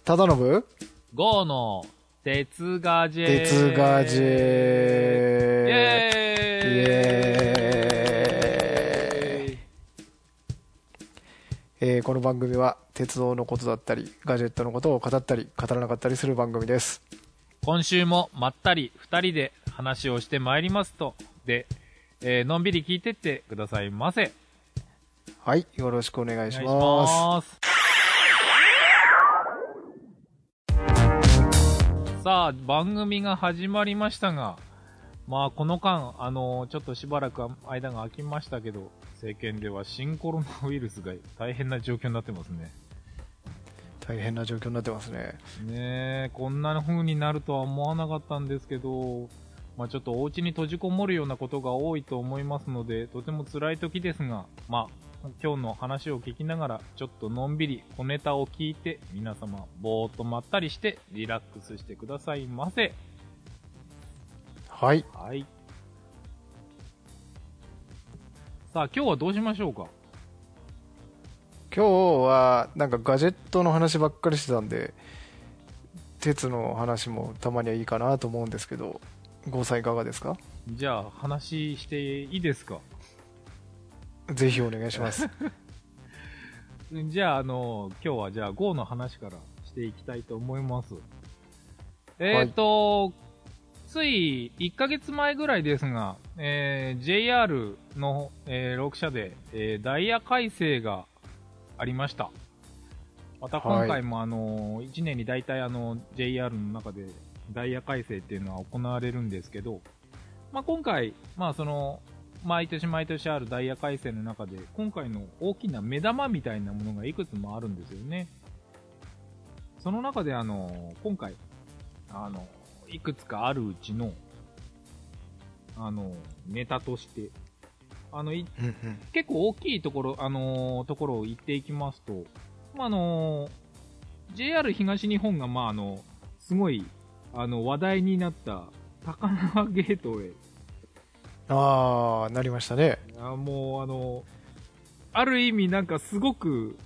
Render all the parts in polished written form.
忠信ゴーの鉄ガジェ鉄ガジェイエーイこの番組は鉄道のことだったりガジェットのことを語ったり語らなかったりする番組です。 今週もまったり2人で話をしてまいりますとで、のんびり聞いてってくださいませ。 はい、よろしくお願いします。 お願いします。さあ、番組が始まりましたが、まあこの間、ちょっとしばらく間が空きましたけど、世間では新コロナウイルスが大変な状況になってますね。 大変な状況になってますね。 ねえ、こんな風になるとは思わなかったんですけど、まあちょっとお家に閉じこもるようなことが多いと思いますので、とても辛い時ですが、まあ今日の話を聞きながら、ちょっとのんびり小ネタを聞いて、皆様ぼーっとまったりしてリラックスしてくださいませ。 はい。 はい。さあ今日はどうしましょうか。 今日はなんかガジェットの話ばっかりしてたんで、鉄の話もたまにはいいかなと思うんですけど、郷さんいかがですか？ じゃあ話していいですか？ ぜひお願いします。 じゃあ今日はじゃあ GO の話からしていきたいと思います。つい1ヶ月前ぐらいですが、JR の、6社で、ダイヤ改正がありました。また今回も1年に大体JR の中でダイヤ改正っていうのは行われるんですけど、まあ今回、まあ毎年毎年あるダイヤ改正の中で、今回の大きな目玉みたいなものがいくつもあるんですよね。その中で今回、いくつかあるうちの、ネタとして、結構大きいところを言っていきますと、まあ、JR 東日本が、まあ、すごい、話題になった高輪ゲートウェイ。 ああ、なりましたね。 もうある意味なんかすごく、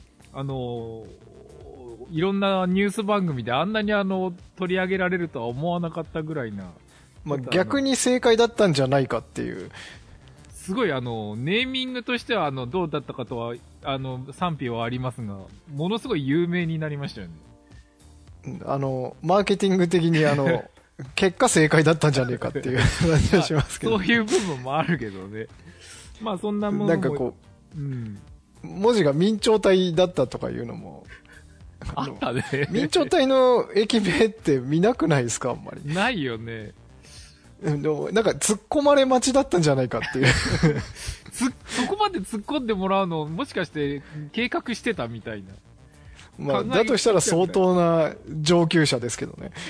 いろんなニュース番組であんなに取り上げられるとは思わなかったぐらいな。 まあ、逆に正解だったんじゃないかっていう。 すごいネーミングとしてはどうだったかとは、賛否はありますが、ものすごい有名になりましたよね。 マーケティング的に結果正解だったんじゃねえかっていう感じがしますけど、 そういう部分もあるけどね。まあそんなものもなんかこう、文字が明朝体だったとかいうのもあったね。 明朝体の駅名って見なくないですか？あんまりないよね。 でもなんか突っ込まれ待ちだったんじゃないかっていうそこまで突っ込んでもらうのもしかして計画してたみたいな。 まあだとしたら相当な上級者ですけどね。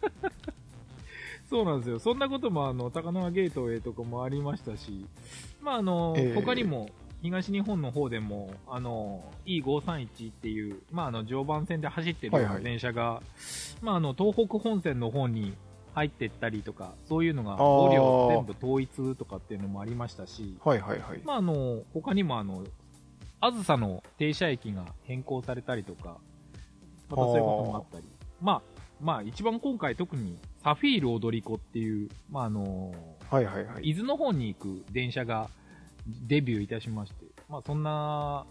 そうなんですよ。そんなことも高輪ゲートウェイとかもありましたし、まあ他にも東日本の方でもE531 っていうまあ常磐線で走ってるような電車が、まあ東北本線の方に入ってったりとか、そういうのが5両全部統一とかっていうのもありましたし、まあ他にもあずさの停車駅が変更されたりとか、またそういうこともあったり、まあ一番今回特にサフィール踊り子っていう、まあ伊豆の方に行く電車がデビューいたしまして、まあそんな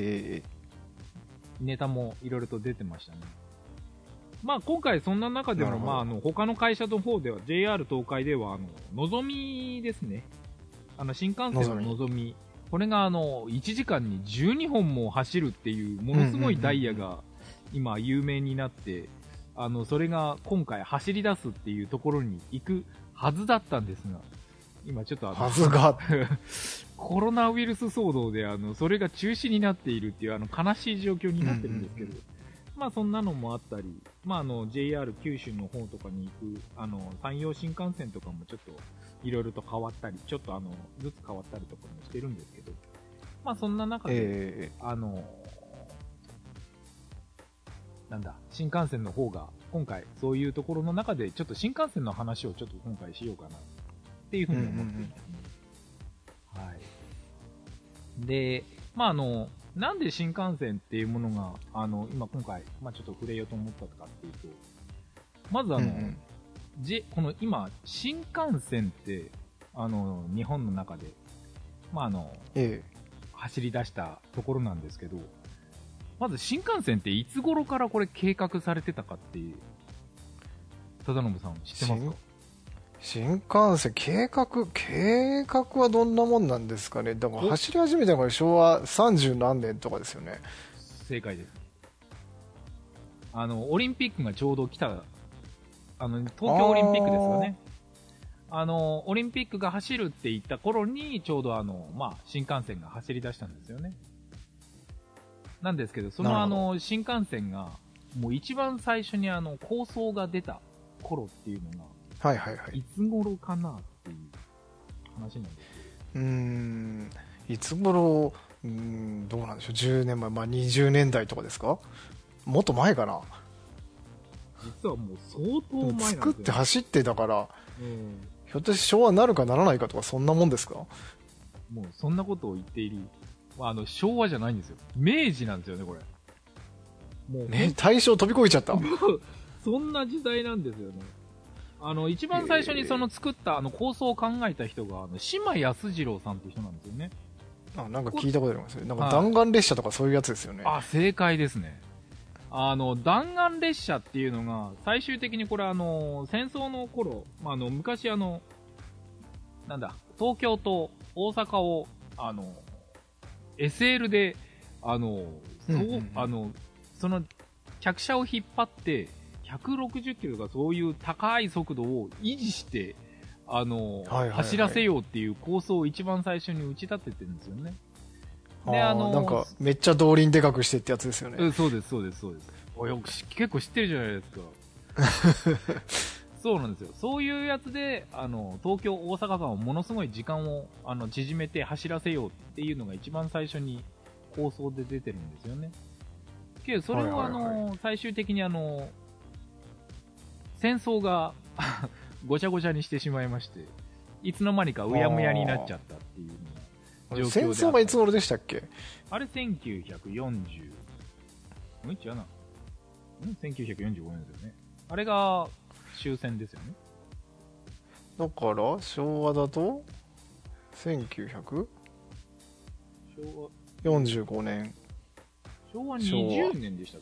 ネタもいろいろと出てましたね。まあ今回そんな中でもまあ他の会社の方では JR 東海ではのぞみですね。新幹線ののぞみ。これが1時間に12本も走るっていうものすごいダイヤが今有名になって、それが今回走り出すっていうところに行くはずだったんですが、今ちょっとはずがコロナウイルス騒動でそれが中止になっているっていう悲しい状況になってるんですけど、まあそんなのもあったり、まあJR 九州の方とかに行く山陽新幹線とかもちょっといろいろと変わったり、ちょっとずつ変わったりとかもしてるんですけど、まあそんな中で、なんだ、新幹線の方が今回そういうところの中でちょっと新幹線の話をちょっと今回しようかなっていうふうに思っていますね。はい。で、まあなんで新幹線っていうものが、今回、ちょっと触れようと思ったかっていうと、まずこの今、新幹線って、日本の中で、走り出したところなんですけど、まず新幹線っていつ頃からこれ計画されてたかっていう、忠信さん知ってますか？ 新幹線計画はどんなもんなんですかね。だから走り始めたのが昭和30何年とかですよね。 正解です。オリンピックがちょうど来た、東京オリンピックですよね。オリンピックが走るって言った頃に、ちょうど新幹線が走り出したんですよね。なんですけど、その新幹線が、もう一番最初に構想が出た頃っていうのが、 はいはいはい。 いつ頃かなっていう話なんですけど。 いつ頃、どうなんでしょう。10年前、20年代とかですか？もっと前かな。 実はもう相当前なんですよ。 作って走ってたから、ひょっとして昭和になるかならないかとかそんなもんですか？ もうそんなことを言っている。昭和じゃないんですよ。明治なんですよね、これ。もう大正飛び越えちゃった。 そんな時代なんですよね。一番最初に作った構想を考えた人が、島安次郎さんっていう人なんですよね。 なんか聞いたことありますね。なんか弾丸列車とかそういうやつですよね。 正解ですね。弾丸列車っていうのが、最終的にこれ戦争の頃、昔東京と大阪を、SL で、その、客車を引っ張って、160キロとかそういう高い速度を維持して、走らせようっていう構想を一番最初に打ち立ててるんですよね。 で、なんか、めっちゃ動輪でかくしてってやつですよね。 そうです。結構知ってるじゃないですか。そうなんですよ。そういうやつで、東京、大阪間をものすごい時間を、縮めて走らせようっていうのが一番最初に構想で出てるんですよね。けど、それを最終的に戦争がごちゃごちゃにしてしまいまして、いつの間にかうやむやになっちゃったっていうのが状況で。 戦争はいつ頃でしたっけ？ あれ1940、違うな。1945年ですよね。あれが終戦ですよね。 だから昭和だと1945年。 昭和20年でしたっ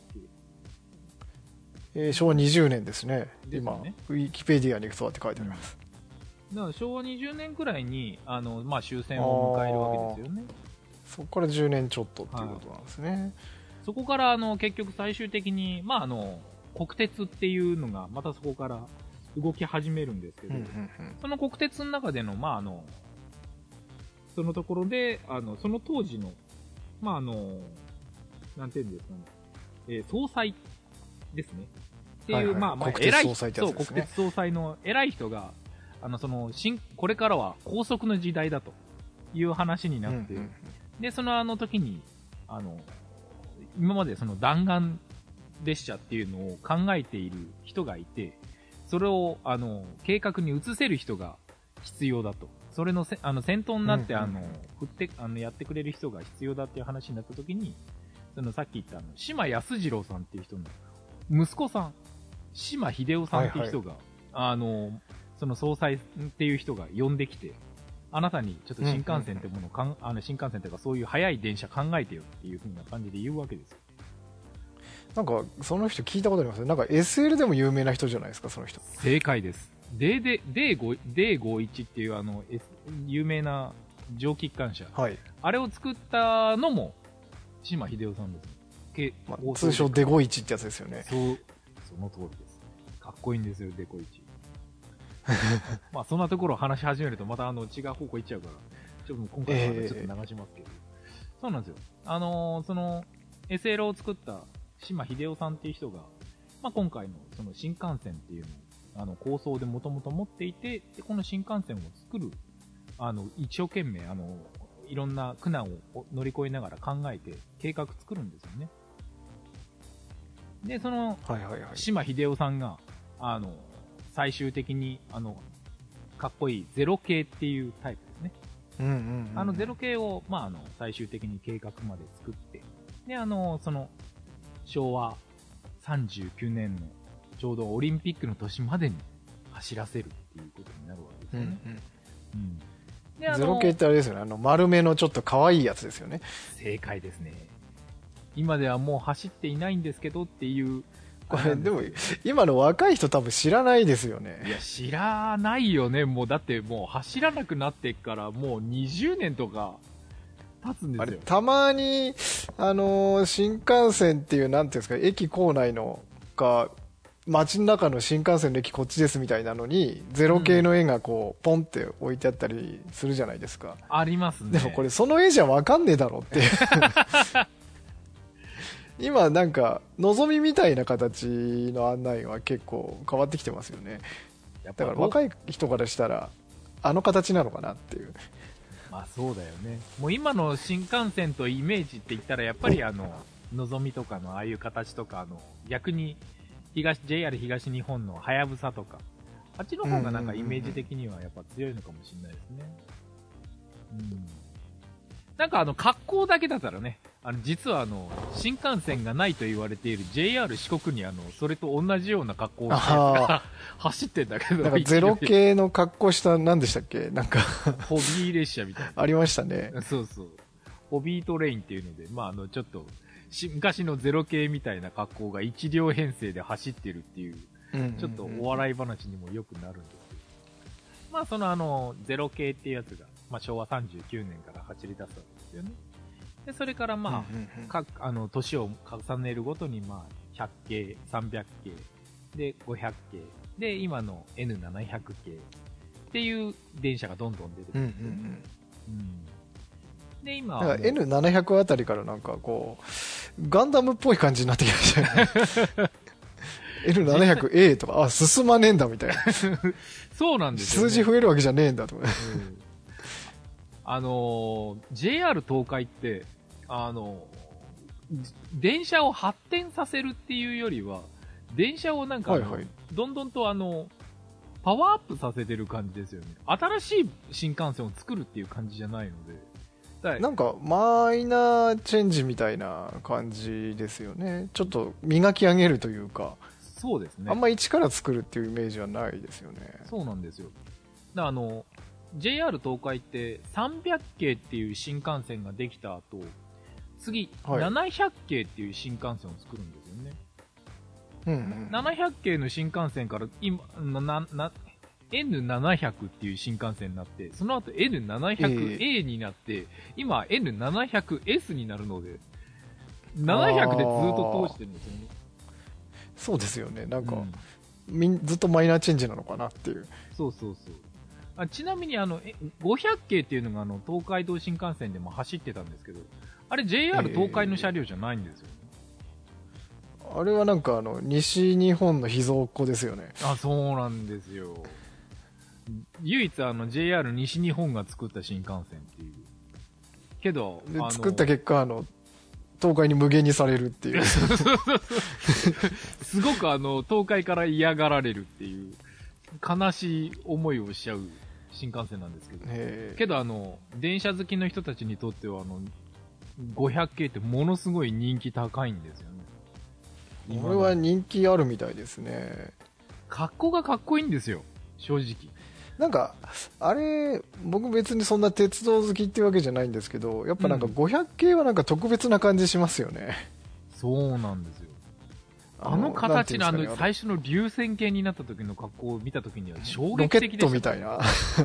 け？昭和20年ですね。今ウィキペディアにそうやって書いてあります。 だから昭和20年くらいに終戦を迎えるわけですよね。 そこから10年ちょっとっていうことなんですね。 そこから結局最終的に国鉄っていうのがまたそこから動き始めるんですけど、その国鉄の中でのそのところでその当時のなんていうんですかね、総裁ですね。っていう、 国鉄総裁ってやつですね。 そう、国鉄総裁の偉い人が、これからは高速の時代だという話になって、で、その時に、今までその弾丸列車っていうのを考えている人がいて、それを、計画に移せる人が必要だと。それの先頭になって、振って、やってくれる人が必要だっていう話になった時に、さっき言った島安次郎さんっていう人の息子さん、島秀夫さんっていう人が、その総裁っていう人が呼んできて、あなたにちょっと新幹線ってものを新幹線というかそういう速い電車考えてよっていう風な感じで言うわけですよ。 なんか、その人聞いたことありますね。なんか SL でも有名な人じゃないですか、その人。 正解です。D51 っていう有名な蒸気機関車。 はい。 あれを作ったのも、島秀夫さんです。 通称デゴイチってやつですよね。 その通りです。かっこいいんですよ、デコイチ。そんなところを話し始めるとまた違う方向行っちゃうから、ちょっと今回はちょっと流しますけど。そうなんですよ。その SL を作った島秀夫さんっていう人が、今回のその新幹線っていうのを、構想でもともと持っていて、で、この新幹線を作る、一生懸命、いろんな苦難を乗り越えながら考えて、計画作るんですよね。で、その、島秀夫さんが、最終的に、かっこいいゼロ系っていうタイプですね。 ゼロ系を、最終的に計画まで作って、で、その、昭和39年のちょうどオリンピックの年までに走らせるっていうことになるわけですよね。 でゼロ系ってあれですよね、丸めのちょっと可愛いやつですよね。 正解ですね。今ではもう走っていないんですけどっていう。 これでも今の若い人多分知らないですよね。 いや知らないよね。もうだってもう走らなくなってからもう20年とか経つんですよ。 あれたまに新幹線っていうなんていうんですか、駅構内のか街の中の新幹線の駅こっちですみたいなのにゼロ系の絵がこうポンって置いてあったりするじゃないですか。 ありますね。 でもこれその絵じゃ分かんねえだろって今なんかのぞみみたいな形の案内は結構変わってきてますよね。だから若い人からしたらあの形なのかなっていう。 まあそうだよね。もう今の新幹線とイメージって言ったらやっぱりのぞみとかのああいう形とか逆にJR 東日本のはやぶさとかあっちの方がなんかイメージ的にはやっぱ強いのかもしれないですね。なんか格好だけだったらね、実は新幹線がないと言われている JR 四国にそれと同じような格好をしたやつが走ってんだけど。 なんかゼロ系の格好した何でしたっけ、なんかホビー列車みたいな。 ありましたね。 そうそう。ホビートレインっていうので、ちょっと、昔のゼロ系みたいな格好が一両編成で走ってるっていう、ちょっとお笑い話にもよくなるんですけど。そのゼロ系っていうやつが、昭和39年から走り出すわけですよね。で、それから年を重ねるごとに100系、300系、で、500系、で、今の N700 系っていう電車がどんどん出てくるんですよね。で、今は。 N700 あたりからなんかこう、ガンダムっぽい感じになってきましたよね。N700A とか、進まねえんだみたいな。 そうなんですよ、ね。 数字増えるわけじゃねえんだとか。 JR 東海って、電車を発展させるっていうよりは、電車をなんかどんどんとパワーアップさせてる感じですよね。新しい新幹線を作るっていう感じじゃないので。 なんかマイナーチェンジみたいな感じですよね。ちょっと磨き上げるというか。 そうですね。 あんま一から作るっていうイメージはないですよね。 そうなんですよ。JR 東海って300系っていう新幹線ができた後、次、700系っていう新幹線を作るんですよね。700系の新幹線から今、N700 っていう新幹線になって、その後 N700A になって、今 N700S になるので、700でずっと通してるんですよね。 そうですよね。なんか、ずっとマイナーチェンジなのかなっていう。 そうそうそう。ちなみに500系っていうのが東海道新幹線でも走ってたんですけど、あれ JR 東海の車両じゃないんですよね。 あれはなんか西日本の秘蔵っ子ですよね。 そうなんですよ。唯一JR 西日本が作った新幹線っていう。けど、 作った結果東海に無限にされるっていう。 すごく東海から嫌がられるっていう、悲しい思いをしちゃう新幹線なんですけど。けど電車好きの人たちにとっては500系ってものすごい人気高いんですよね。 これは人気あるみたいですね。 格好がかっこいいんですよ、正直。 なんかあれ僕別にそんな鉄道好きっていうわけじゃないんですけど、やっぱなんか500系はなんか特別な感じしますよね。 そうなんですよ。形の最初の流線形になった時の格好を見た時には衝撃的でした。 ロケットみたいな。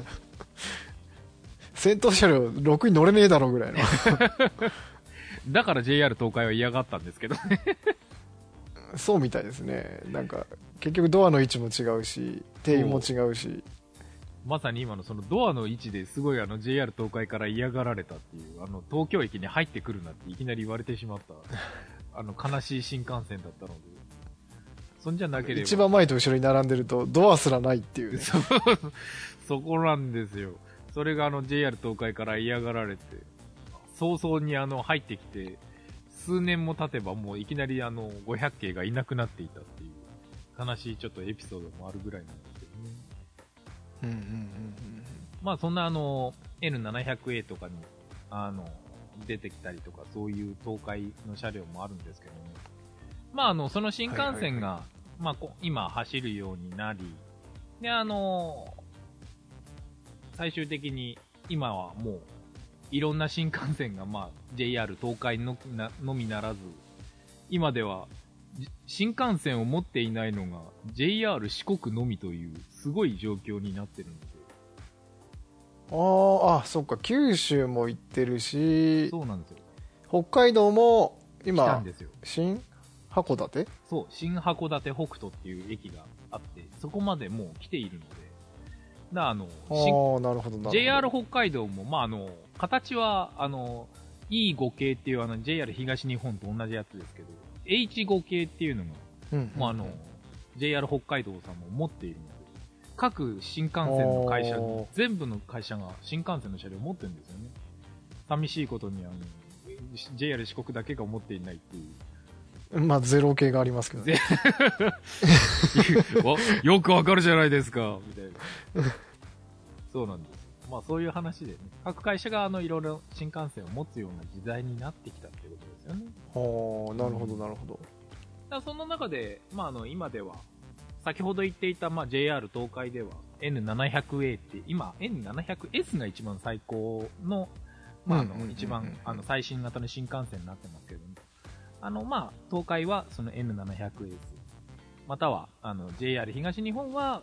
戦闘車両6に乗れねえだろぐらいの。 だから JR 東海は嫌がったんですけどね。 そうみたいですね。なんか結局ドアの位置も違うし定員も違うし、 まさに今のそのドアの位置ですごいJR 東海から嫌がられたっていう、東京駅に入ってくるなっていきなり言われてしまった悲しい新幹線だったので、そんじゃなければ一番前と後ろに並んでるとドアすらないっていう、ね、 そこなんですよ。それがJR 東海から嫌がられて、早々に入ってきて数年も経てばもういきなり500系がいなくなっていたっていう悲しいちょっとエピソードもあるぐらいなんですけどね。そんな N700A とかに、出てきたりとか、そういう東海の車両もあるんですけどね。まあ、その新幹線が、まあ、今走るようになり、で、最終的に、今はもう、いろんな新幹線が、まあ、JR 東海のみならず、今では、新幹線を持っていないのが JR 四国のみというすごい状況になってるので。 そっか、九州も行ってるし、 そうなんですよ。 北海道も今、 来たんですよ。 新函館？ そう、新函館北斗っていう駅があって、そこまでもう来ているので、なるほど。JR 北海道も、まあ、形は、E5 系っていう、JR 東日本と同じやつですけど、H5 系っていうのが、もうJR 北海道さんも持っているので、各新幹線の会社、全部の会社が新幹線の車両を持ってるんですよね。寂しいことに、JR 四国だけが持っていないっていう。 まあ、ゼロ系がありますけどね。 よくわかるじゃないですか、みたいな。そうなんです。まあ、そういう話でね、各会社がいろいろ新幹線を持つような時代になってきたってことですよね。 なるほど、なるほど。 だその中で、まあ、今では、先ほど言っていた、まあ、JR 東海では N700A って、今 N700S が一番最高の、まあ、一番、最新型の新幹線になってますけども、まあ、東海はその N700S、または、JR 東日本は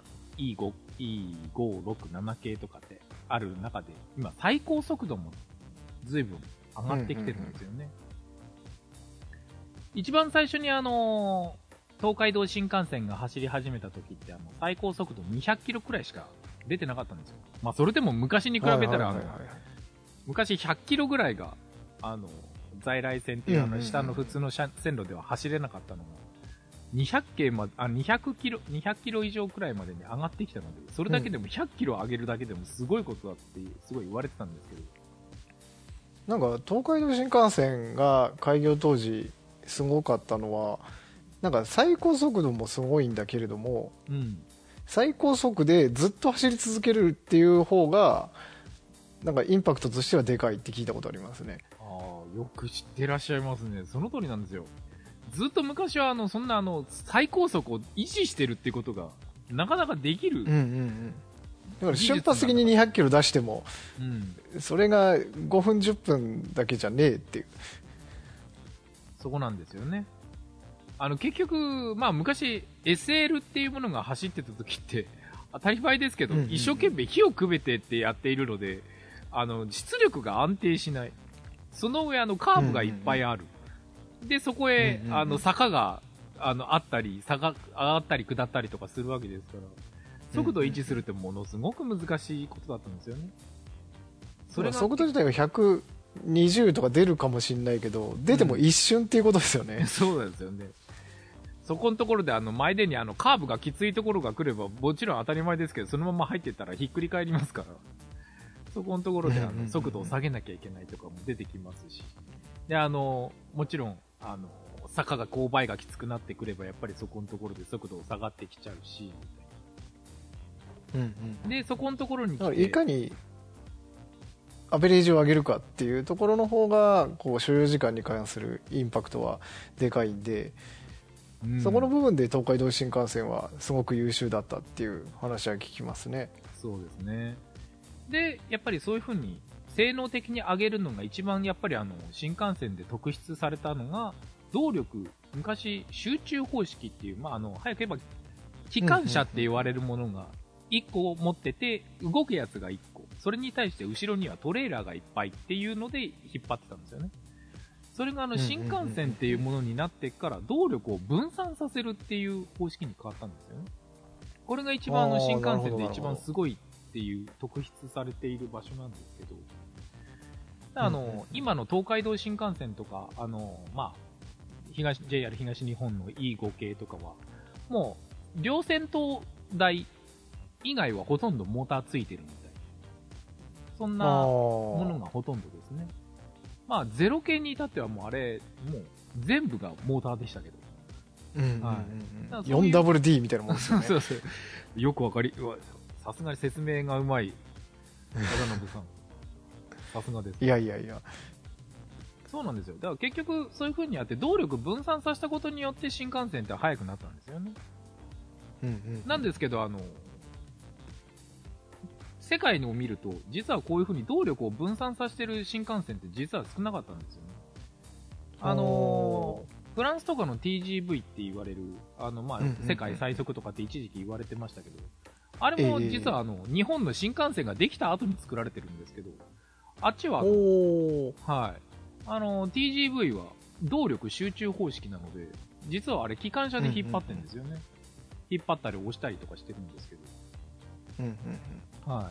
E567 系とかってある中で、今、最高速度も随分上がってきてるんですよね。一番最初に東海道新幹線が走り始めた時って最高速度200キロくらいしか出てなかったんですよ。まあそれでも昔に比べたら昔100キロぐらいが在来線っていう下の普通の線路では走れなかったのが200キロ以上くらいまでに上がってきたので、それだけでも100キロ上げるだけでもすごいことだってすごい言われてたんですけど、なんか東海道新幹線が開業当時すごかったのは、なんか最高速度もすごいんだけれども、最高速でずっと走り続けるっていう方がなんかインパクトとしてはでかいって聞いたことありますね。 よく知ってらっしゃいますね。その通りなんですよ。ずっと昔はそんな最高速を維持してるってことがなかなかできる。 だから瞬発的に200キロ出しても、それが5分10分だけじゃねえっていう。 そこなんですよね。結局、まあ昔 SL っていうものが走ってた時って当たり前ですけど、一生懸命火をくべてってやっているので、出力が安定しない。その上カーブがいっぱいある。で、そこへ、坂が、あったり、上がったり下ったりとかするわけですから、速度を維持するってものすごく難しいことだったんですよね。 それが速度自体は120とか出るかもしれないけど、出ても一瞬っていうことですよね。 そうなんですよね。そこのところで前でにカーブがきついところが来れば、もちろん当たり前ですけど、そのまま入っていったらひっくり返りますから、そこのところで速度を下げなきゃいけないとかも出てきますし、で、もちろん、坂が勾配がきつくなってくれば、やっぱりそこのところで速度を下がってきちゃうし、で、そこのところに来て、 いかにアベレージを上げるかっていうところの方が、こう所要時間に関するインパクトはでかいんで、そこの部分で東海道新幹線はすごく優秀だったっていう話は聞きますね。 そうですね。で、やっぱりそういう風に性能的に上げるのが一番やっぱり新幹線で特筆されたのが動力。昔集中方式っていう、まあ早く言えば機関車って言われるものが1個持ってて動くやつが1個、それに対して後ろにはトレーラーがいっぱいっていうので引っ張ってたんですよね。それが新幹線っていうものになってから動力を分散させるっていう方式に変わったんですよね。これが一番新幹線で一番すごいっていう特筆されている場所なんですけど、今の東海道新幹線とか、まあ、JR 東日本の E5 系とかは、もう、両先頭台以外はほとんどモーターついてるみたいな。そんなものがほとんどですね。まあ、ゼロ系に至ってはもうあれ、もう全部がモーターでしたけど。 4WD みたいなもんですよね。 そうよくわかり、さすがに説明がうまい、忠信さん。 さすがです。 いやいやいや。 そうなんですよ。だから結局、そういう風にやって動力分散させたことによって新幹線って速くなったんですよね。 うんうん。 なんですけど、世界のを見ると、実はこういう風に動力を分散させてる新幹線って実は少なかったんですよね。フランスとかの TGV って言われる、世界最速とかって一時期言われてましたけど、あれも実は日本の新幹線ができた後に作られてるんですけど、あっちははい。TGV は動力集中方式なので、実はあれ機関車で引っ張ってるんですよね。引っ張ったり押したりとかしてるんですけど。はい。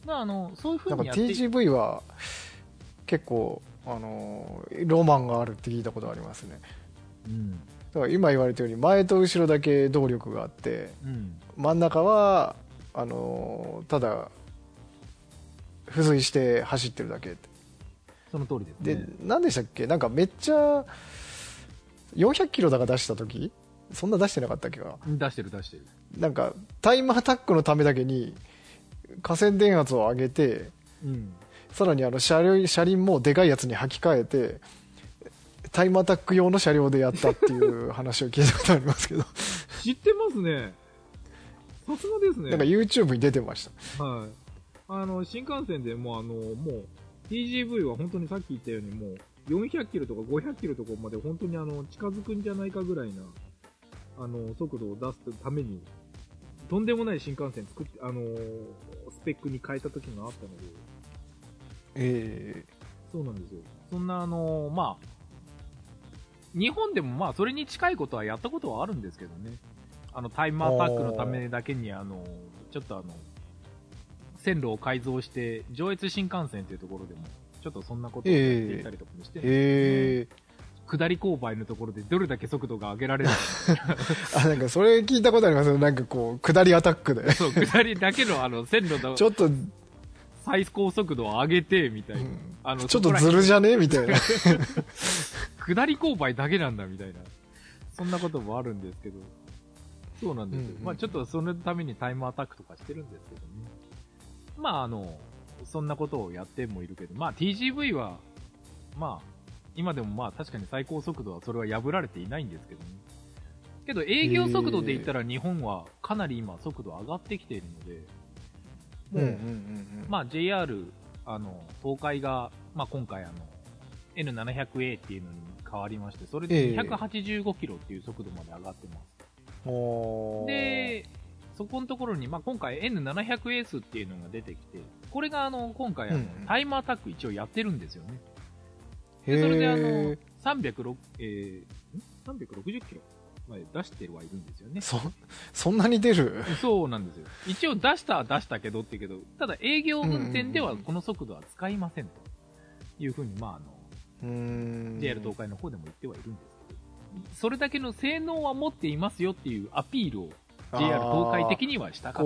そういう風にやって。 TGV は結構、ロマンがあるって聞いたことありますね。 うん。 だから今言われたように前と後ろだけ動力があって、 うん、 真ん中はただ付随して走ってるだけって。 その通りですね。 で何でしたっけ、なんかめっちゃ400キロだか出した時、そんな出してなかったっけか。 出してる。 なんかタイムアタックのためだけに架線電圧を上げて、 うん、 さらに車輪もでかいやつに履き替えてタイムアタック用の車両でやったっていう話を聞いたことありますけど知ってますね。さすがですね。 なんか YouTube に出てました。 はい。新幹線でももう TGV は本当にさっき言ったようにもう400キロとか500キロとかまで本当に近づくんじゃないかぐらいな速度を出すためにとんでもない新幹線作ってスペックに変えた時があったので。そうなんですよ。そんな日本でもそれに近いことはやったことはあるんですけどね。タイムアタックのためだけにちょっと線路を改造して上越新幹線というところでもちょっとそんなことをやっていたりとかもしてるんですね。下り勾配のところでどれだけ速度が上げられるかなんかそれ聞いたことありますよ。なんかこう下りアタックでそう下りだけの線路のちょっと最高速度を上げてみたいな、 ちょっとずるじゃねみたいな下り勾配だけなんだみたいな、そんなこともあるんですけど、そうなんですよ。ちょっとそのためにタイムアタックとかしてるんですけどね。そんなことをやってもいるけど、TGV は今でも確かに最高速度はそれは破られていないんですけどね。けど営業速度で言ったら日本はかなり今速度上がってきているので、もう、JR、東海が、今回N700A っていうのに変わりまして、それで285キロっていう速度まで上がってます。で、そこのところに、今回 N700S っていうのが出てきて、これが今回タイムアタック一応やってるんですよね。でそれで360キロまで出してはいるんですよね。 そんなに出る？ そうなんですよ。一応出したけどって言うけど、ただ営業運転ではこの速度は使いませんというふうに、JR 東海の方でも言ってはいるんですけど、それだけの性能は持っていますよっていうアピールを JR 東海的にはしたかった。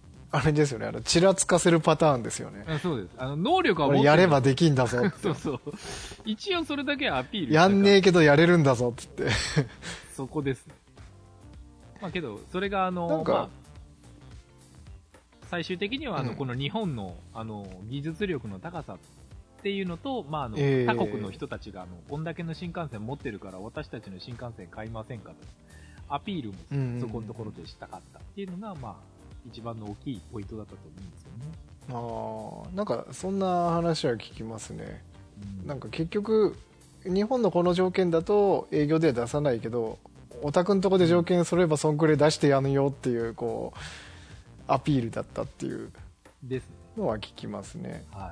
あれですよね、ちらつかせるパターンですよね。 そうです。能力は持ってる。 やればできんだぞってそうそう。一応それだけはアピールやんねえけどやれるんだぞって。 そこですね。けど、それが最終的にはこの日本の技術力の高さっていうのと、他国の人たちがこんだけの新幹線持ってるから私たちの新幹線買いませんかとアピールもそこのところでしたかったっていうのが一番の大きいポイントだったと思うんですよね。 なんかそんな話は聞きますね。なんか結局日本のこの条件だと営業では出さないけど、お宅のとこで条件揃えばそんくらい出してやんよっていうこうアピールだったっていうのは聞きますね。 はい。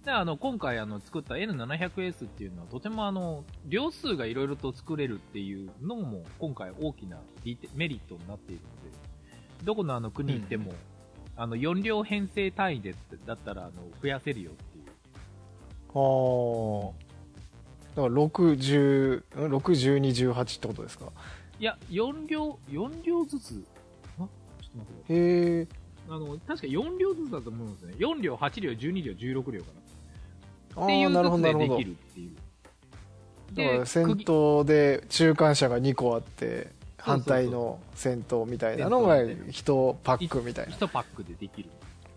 で今回作った N700S っていうのはとても両数がいろいろと作れるっていうのも今回大きなメリットになっているので、どこの国行っても、4両編成単位でだったら増やせるよっていう。 だから6、10、6、12、18ってことですか？ いや、4両ずつ。ちょっと待って。 へえ。 確か4両ずつだと思うんですね。4両、8両、12両、16両かな。 っていうずつでできるっていう。 だから先頭で中間車が2個あって、反対の先頭みたいなのが1パックみたいな。 1パックでできる。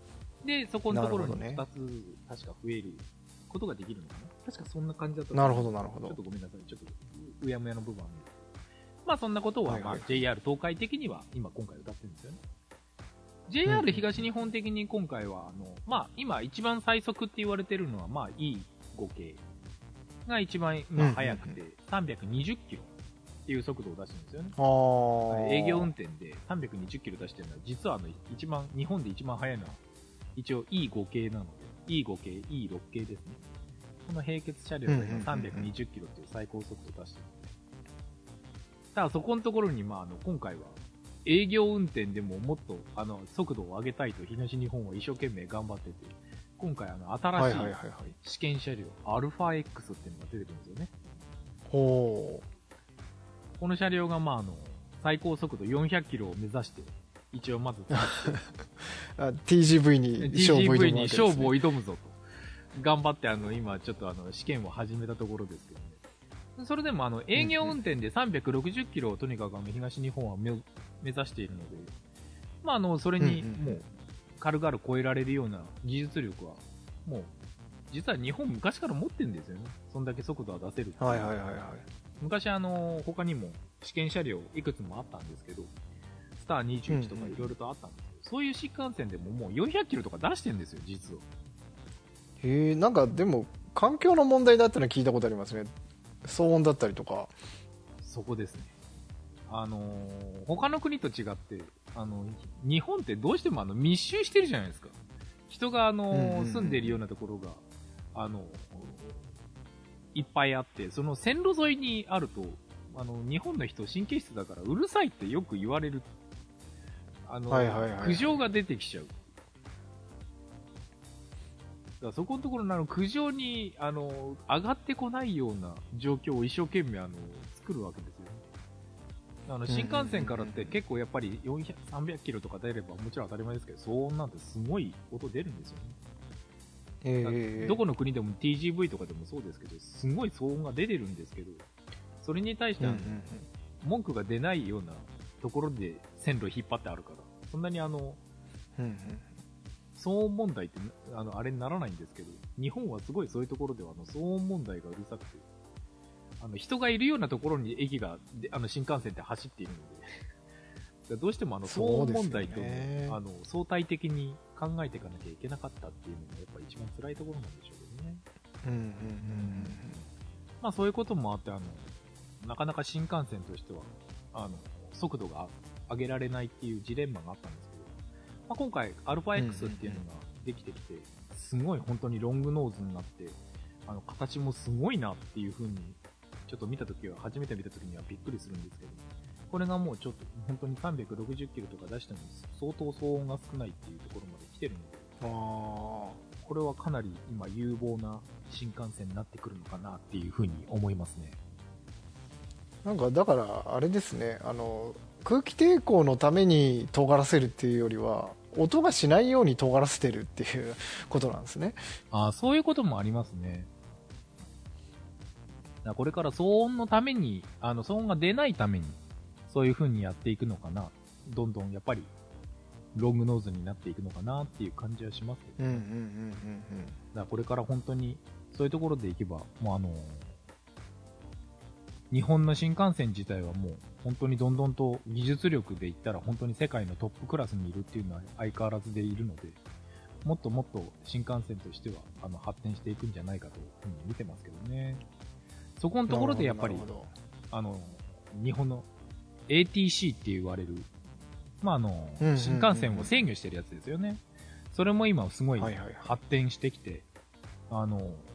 で、そこのところに2つ、確か増えることができるのかな。確かそんな感じだった。 なるほど、なるほど。 ちょっとごめんなさい。ちょっと、うやむやの部分は見る。まあそんなことは、まあ JR 東海的には今回歌ってるんですよね。JR 東日本的に今回は、まあ今一番最速って言われてるのは、まあ E5 系が一番、まあ、速くて、320キロっていう速度を出してるんですよね。営業運転で320キロ出してるのは、実は日本で一番速いのは、一応 E5 系なので、E5 系、E6 系ですね。この並結車両が今320キロっていう最高速度を出してるので。ただそこのところに、まあ今回は、営業運転でももっと、速度を上げたいと東日本は一生懸命頑張ってて、今回新しい試験車両、アルファ X っていうのが出てくるんですよね。 ほう。この車両が、まあ最高速度400キロを目指して、一応まず使って。 TGV に勝負を挑むぞと。頑張って今ちょっと試験を始めたところですけどね。それでも営業運転で360キロをとにかく東日本は目指しているので、まあそれにもう軽々超えられるような技術力は、もう実は日本昔から持ってるんですよね。そんだけ速度は出せるっていう。 はいはいはいはい。 昔他にも試験車両いくつもあったんですけど、スター21とかいろいろとあったんですけど、そういう新幹線でももう400キロとか出してるんですよ、実は。 へえ、なんかでも環境の問題だったの聞いたことありますね。騒音だったりとか。 そこですね。他の国と違って、日本ってどうしても密集してるじゃないですか。人が住んでるようなところが、いっぱいあって、その線路沿いにあると、日本の人神経質だからうるさいってよく言われる。苦情が出てきちゃう。だからそこのところの苦情に上がってこないような状況を一生懸命作るわけですよね。新幹線からって結構やっぱり400、300キロとか出ればもちろん当たり前ですけど、騒音なんてすごい音出るんですよね。どこの国でも TGV とかでもそうですけど、すごい騒音が出てるんですけど、それに対して文句が出ないようなところで線路引っ張ってあるから、そんなに騒音問題ってあれにならないんですけど、日本はすごいそういうところでは騒音問題がうるさくて、人がいるようなところに駅が新幹線って走っているのでどうしても騒音問題と、相対的に考えていかなきゃいけなかったっていうのがやっぱ一番辛いところなんでしょうけどね。まあそういうこともあってなかなか新幹線としては速度が上げられないっていうジレンマがあったんですけど、まあ、今回 αX っていうのができてきて、すごい本当にロングノーズになって形もすごいなっていう風にちょっと初めて見た時にはびっくりするんですけど、これがもうちょっと本当に360キロとか出しても相当騒音が少ないっていうところまで来てるので、これはかなり今有望な新幹線になってくるのかなっていう風に思いますね。 なんかだからあれですね、空気抵抗のために尖らせるっていうよりは音がしないように尖らせてるっていうことなんですね。 そういうこともありますね。これから騒音のために騒音が出ないためにそういう風にやっていくのかな、どんどんやっぱりロングノーズになっていくのかなっていう感じはしますけど、だからこれから本当にそういうところでいけばもう日本の新幹線自体はもう本当にどんどんと技術力で言ったら本当に世界のトップクラスにいるっていうのは相変わらずでいるので、もっともっと新幹線としては発展していくんじゃないかというふうに見てますけどね。そこのところでやっぱり日本の ATC って言われる、まあ新幹線を制御してるやつですよね。それも今すごい発展してきて、ま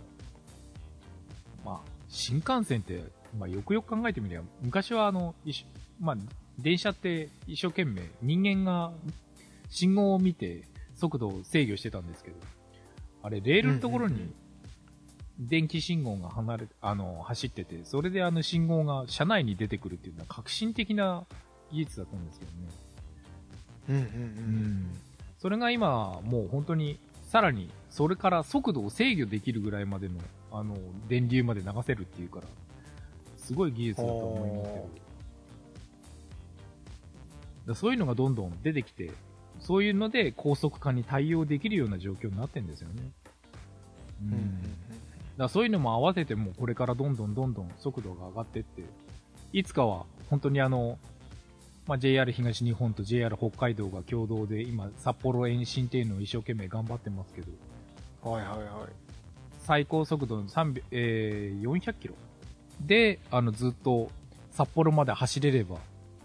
あ新幹線ってまあ、よくよく考えてみれば、昔はまあ、電車って一生懸命人間が信号を見て速度を制御してたんですけど、あれ、レールのところに電気信号が走ってて、それで信号が車内に出てくるっていうのは革新的な技術だったんですけどね。それが今、もう本当に、さらに、それから速度を制御できるぐらいまでの、電流まで流せるっていうから、すごい技術だと思いますけど。そういうのがどんどん出てきて、 そういうので高速化に対応できるような状況になってるんですよね。だからそういうのも合わせてもこれからどんどん速度が上がっていって、いつかは本当にJR 東日本と JR 北海道が共同で今札幌延伸っていうのを一生懸命頑張ってますけど、 はいはいはい。 最高速度の400キロでずっと札幌まで走れれば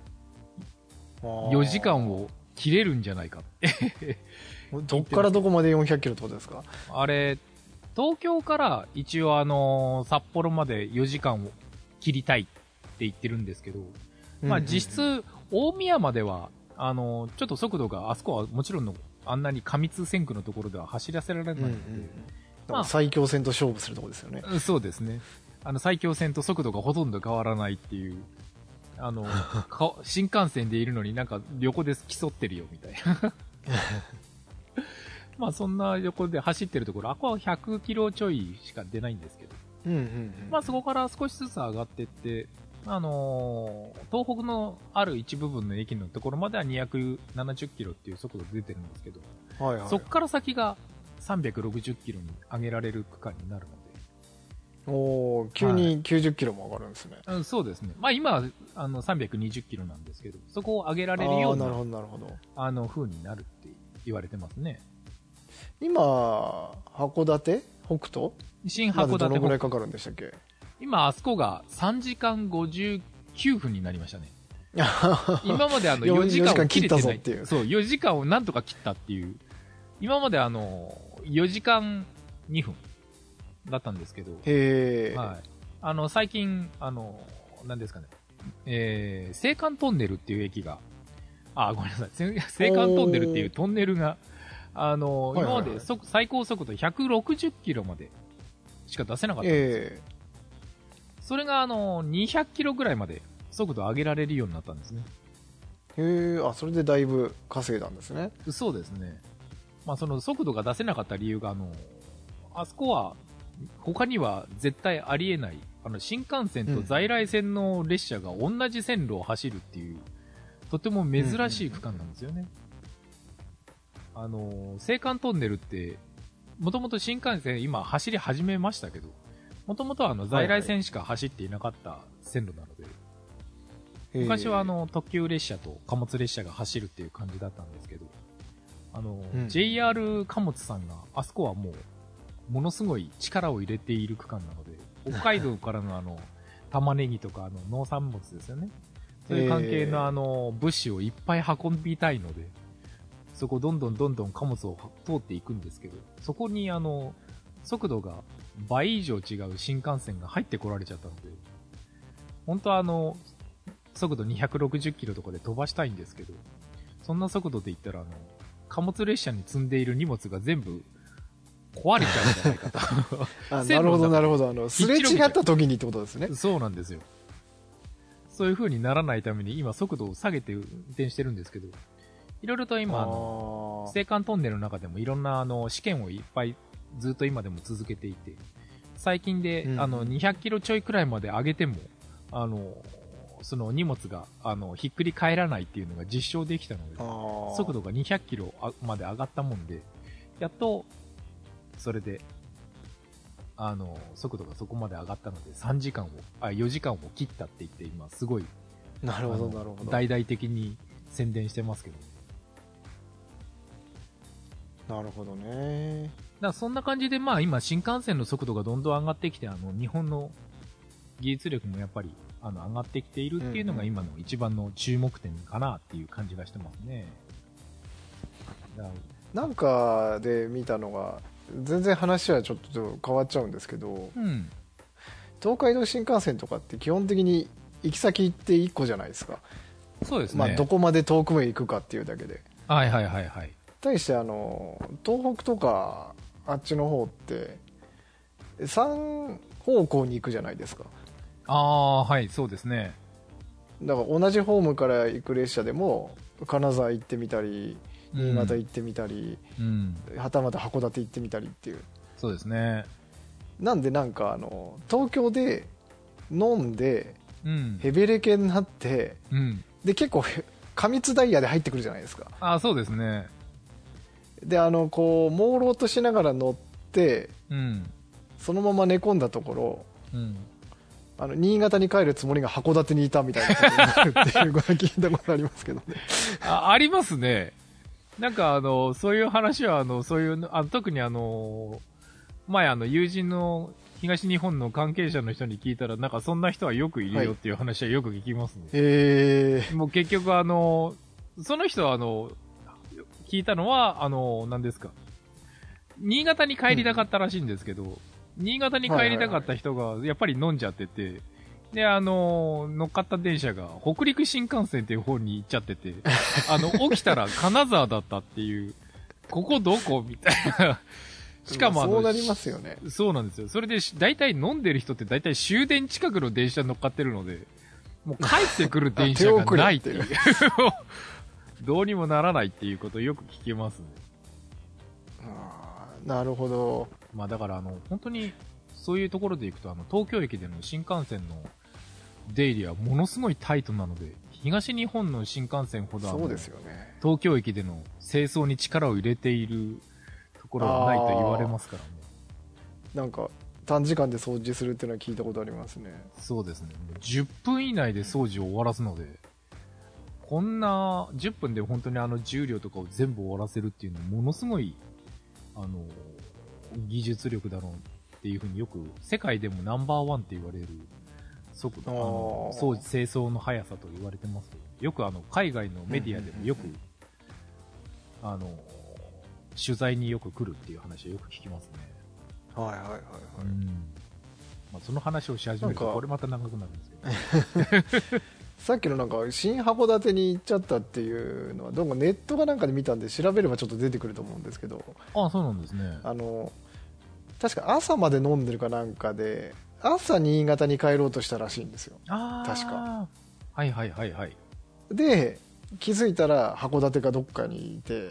4時間を切れるんじゃないかどっからどこまで400キロってことですか？ あれ、東京から一応札幌まで4時間を切りたいって言ってるんですけど、まあ実質、大宮までは、ちょっと速度が、あそこはもちろんの、あんなに過密線区のところでは走らせられないので、 まあ、最強線と勝負するところですよね。 そうですね。最強線と速度がほとんど変わらないっていう、新幹線でいるのになんか横で競ってるよみたいな。まあそんな横で走ってるところ、あこは100キロちょいしか出ないんですけど、まあそこから少しずつ上がっていって、東北のある一部分の駅のところまでは270キロっていう速度出てるんですけど、そこから先が360キロに上げられる区間になるので。 急に90キロも上がるんですね。 そうですね。まあ今は320キロなんですけど、そこを上げられるような風になるって言われてますね。 今、函館北斗新函館どのぐらいかかるんでしたっけ？ 今、あそこが3時間59分になりましたね。今まで4時間を切れてないっていう。そう、4時間をなんとか切ったっていう。今まで4時間2分だったんですけど。はい。最近、何ですかね。青函トンネルっていう駅が、ごめんなさい。青函トンネルっていうトンネルが、今まで最高速度160キロまでしか出せなかったんですよ。それが200キロぐらいまで速度上げられるようになったんですね。 それでだいぶ稼いだんですね。 そうですね。まあその速度が出せなかった理由があそこは他には絶対ありえない新幹線と在来線の列車が同じ線路を走るっていう、とても珍しい区間なんですよね。青函トンネルってもともと新幹線今走り始めましたけど、もともとは在来線しか走っていなかった線路なので、昔は特急列車と貨物列車が走るっていう感じだったんですけど、JR 貨物さんがあそこはもうものすごい力を入れている区間なので、北海道からの玉ねぎとか農産物ですよね。そういう関係の物資をいっぱい運びたいので、そこどんどん貨物を通っていくんですけど、そこに速度が倍以上違う新幹線が入ってこられちゃったので、本当は速度260キロとかで飛ばしたいんですけど、そんな速度で言ったら貨物列車に積んでいる荷物が全部壊れちゃうんじゃないかと。 なるほどなるほど。すれ違った時にってことですね。 そうなんですよ。そういう風にならないために今速度を下げて運転してるんですけど、いろいろと今青函トンネルの中でもいろんな試験をいっぱいずっと今でも続けていて、最近で200キロちょいくらいまで上げてもその荷物がひっくり返らないっていうのが実証できたので、速度が200キロまで上がったもんで、やっとそれで速度がそこまで上がったので4時間を切ったって言って今すごいなるほどなるほど大々的に宣伝してますけど。 なるほどね。 だからそんな感じでまあ今新幹線の速度がどんどん上がってきて日本の技術力もやっぱり上がってきているっていうのが今の一番の注目点かなっていう感じがしてますね。 なんかで見たのが全然話はちょっと変わっちゃうんですけど、東海道新幹線とかって基本的に行き先って1個じゃないですか。 そうですね。 まあどこまで遠くまで行くかっていうだけで。 はいはいはいはい。 対して東北とかあっちの方って3方向に行くじゃないですか。 はい、そうですね。 だから同じホームから行く列車でも金沢行ってみたり新潟行ってみたり、はたまた函館行ってみたりっていう。 そうですね。 なんでなんか東京で飲んで、ヘベレケになって、で結構過密ダイヤで入ってくるじゃないですか。 あ、そうですね。 でこう朦朧としながら乗って、 うん。 そのまま寝込んだところ、 うん。 新潟に帰るつもりが函館にいたみたいなことになるっていうのは聞いたことありますけどね。 ありますね。なんかそういう話はそういう特に前友人の東日本の関係者の人に聞いたら、なんかそんな人はよくいるよっていう話はよく聞きますね。もう結局その人は聞いたのは何ですか、新潟に帰りたかったらしいんですけど、新潟に帰りたかった人がやっぱり飲んじゃってて、で乗っかった電車が北陸新幹線っていう方に行っちゃってて、起きたら金沢だったっていう、ここどこみたいな。しかもそうなりますよね。 そうなんですよ。それで大体飲んでる人って大体終電近くの電車に乗っかってるので、もう帰ってくる電車がないっていう。どうにもならないっていうことをよく聞きますね。 なるほど。 まあだから本当にそういうところで行くと東京駅での新幹線の出入りはものすごいタイトなので、東日本の新幹線ほどそうですよね。 東京駅での清掃に力を入れているところはないと言われますからね。 なんか短時間で掃除するっていうのは聞いたことありますね。 そうですね。10分以内で掃除を終わらすので、こんな10分で本当に重量とかを全部終わらせるっていうのはものすごい技術力だろうっていうふうによく世界でもナンバーワンって言われる速度、掃除清掃の速さと言われてますけど、よく海外のメディアでもよく、取材によく来るっていう話はよく聞きますね。 はいはいはいはい。 まあ、その話をし始めるとこれまた長くなるんですけど。 さっきのなんか新函館に行っちゃったっていうのはどうもネットかなんかで見たんで調べればちょっと出てくると思うんですけど、 ああ、そうなんですね。 確か朝まで飲んでるかなんかで朝新潟に帰ろうとしたらしいんですよ。確か。 はいはいはいはい。 で気づいたら函館かどっかにいて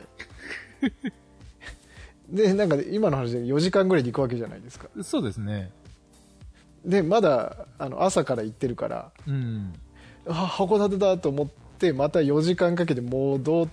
でなんか今の話で4時間ぐらいで行くわけじゃないですか。 そうですね。 でまだ朝から行ってるから、函館だと思ってまた4時間かけて戻って、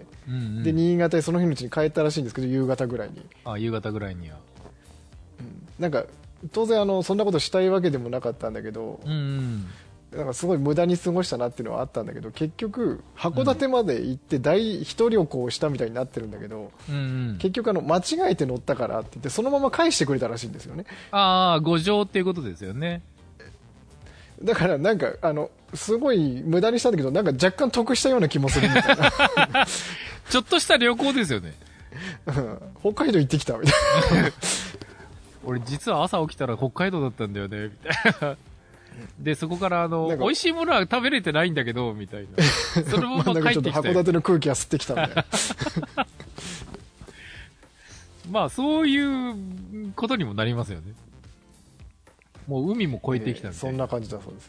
で新潟にその日のうちに帰ったらしいんですけど、夕方ぐらいに。 夕方ぐらいには、 なんか当然そんなことしたいわけでもなかったんだけど、なんかすごい無駄に過ごしたなっていうのはあったんだけど、結局函館まで行って大一旅行したみたいになってるんだけど、結局間違えて乗ったからって言ってそのまま返してくれたらしいんですよね。 誤乗っていうことですよね。 だからなんかすごい無駄にしたんだけど、なんか若干得したような気もするみたいなちょっとした旅行ですよね。 北海道行ってきたみたいな俺実は朝起きたら北海道だったんだよねみたいな。でそこから美味しいものは食べれてないんだけどみたいな。そのまま帰ってきて函館の空気は吸ってきたんでまあそういうことにもなりますよね。もう海も越えてきたみたいな、 そんな感じだそうです。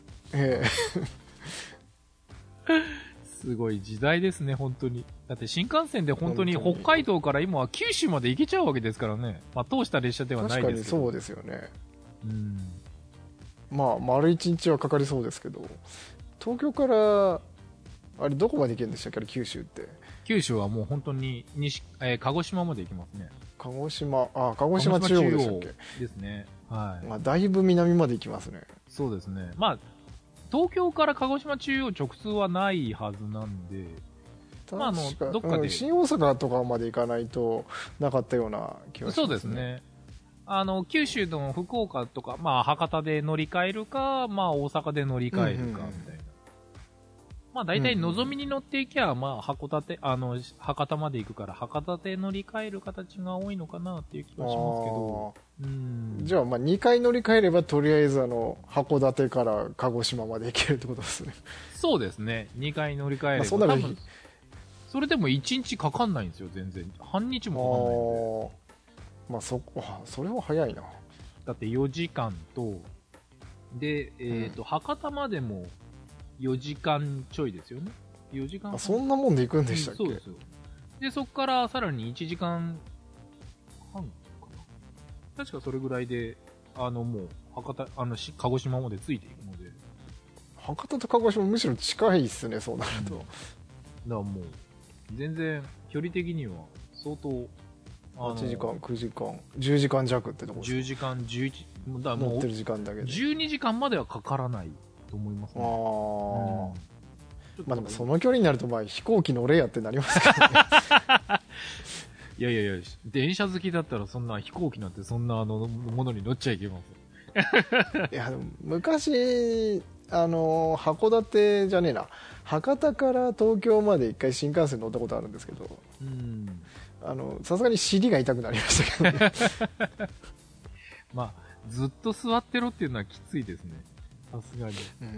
すごい時代ですね本当に。だって新幹線で本当に北海道から今は九州まで行けちゃうわけですからね。まあ通した列車ではないですけど。 確かにそうですよね。まあ丸1日はかかりそうですけど、東京からあれどこまで行けるんでしたっけ、九州って。 九州はもう本当に鹿児島まで行きますね。 鹿児島中央でしたっけ。 ですね。はい。 まあだいぶ南まで行きますね。 そうですね。まあ東京から鹿児島中央直通はないはずなんで、まあどっかで、 新大阪とかまで行かないとなかったような気がしますね。 そうですね。九州の福岡とか、まあ博多で乗り換えるか、まあ大阪で乗り換えるかみたいな。まあ大体のぞみに乗っていきゃ、まあ博多まで行くから博多で乗り換える形が多いのかなっていう気がしますけど。 じゃあまあ2回乗り換えればとりあえず函館から鹿児島まで行けるってことですね。 そうですね。2回乗り換えれば、多分それでも1日かかんないんですよ全然。半日もかかんないんで。 まあそれは早いな。 だって4時間とで博多までも4時間ちょいですよね。4時間。 そんなもんで行くんでしたっけ。 そうですよ。でそこからさらに1時間半かな。確かそれぐらいでもう鹿児島までついていくので。 博多と鹿児島むしろ近いっすね、そうなると。 だからもう全然距離的には相当 8時間9時間10時間弱ってとこですか。 10時間11だからもう乗ってる時間だけで 12時間まではかからないと思いますね。 まあでもその距離になるとまあ飛行機乗れやってなりますけどねいやいやいや、電車好きだったらそんな飛行機なんてそんなものに乗っちゃいけませんいやでも昔函館じゃねえな、博多から東京まで一回新幹線乗ったことあるんですけど、さすがに尻が痛くなりましたけどねまあずっと座ってろっていうのはきついですね、さすがに。や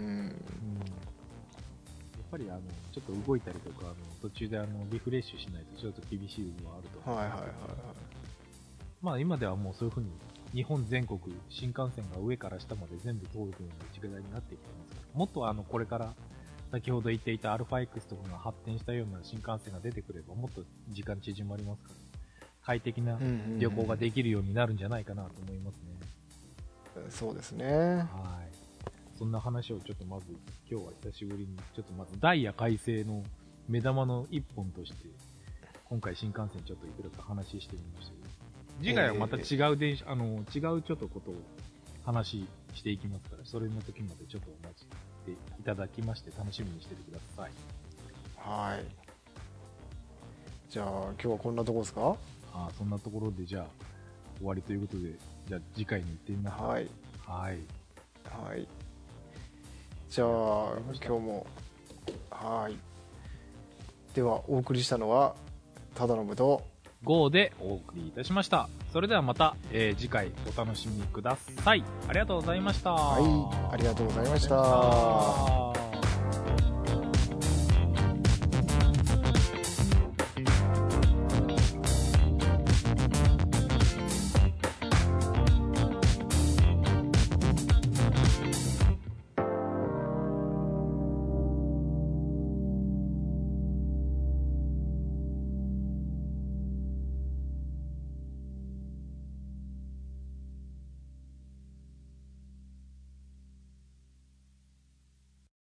っぱりちょっと動いたりとか途中でリフレッシュしないとちょっと厳しい部分はあると思う。まあ今ではもうそういう風に日本全国新幹線が上から下まで全部通るような時代になってきてますから、もっとこれから先ほど言っていたアルファ X とかが発展したような新幹線が出てくればもっと時間縮まりますから、快適な旅行ができるようになるんじゃないかなと思いますね。 そうですね。 はい。そんな話をちょっとまず今日は久しぶりにちょっとまずダイヤ改正の目玉の一本として今回新幹線ちょっといくらか話してみましたけど、次回はまた違う電車、違うちょっとことを話していきますから、それの時までちょっとお待ちていただきまして楽しみにしててください。 はい。じゃあ今日はこんなとこですか。 そんなところでじゃあ終わりということで、じゃあ次回に行ってみます。 はいはいはい。じゃあ今日もはいではお送りしたのは忠信と GOでお送りいたしました。それではまた、次回お楽しみください。ありがとうございました。 はい、ありがとうございました。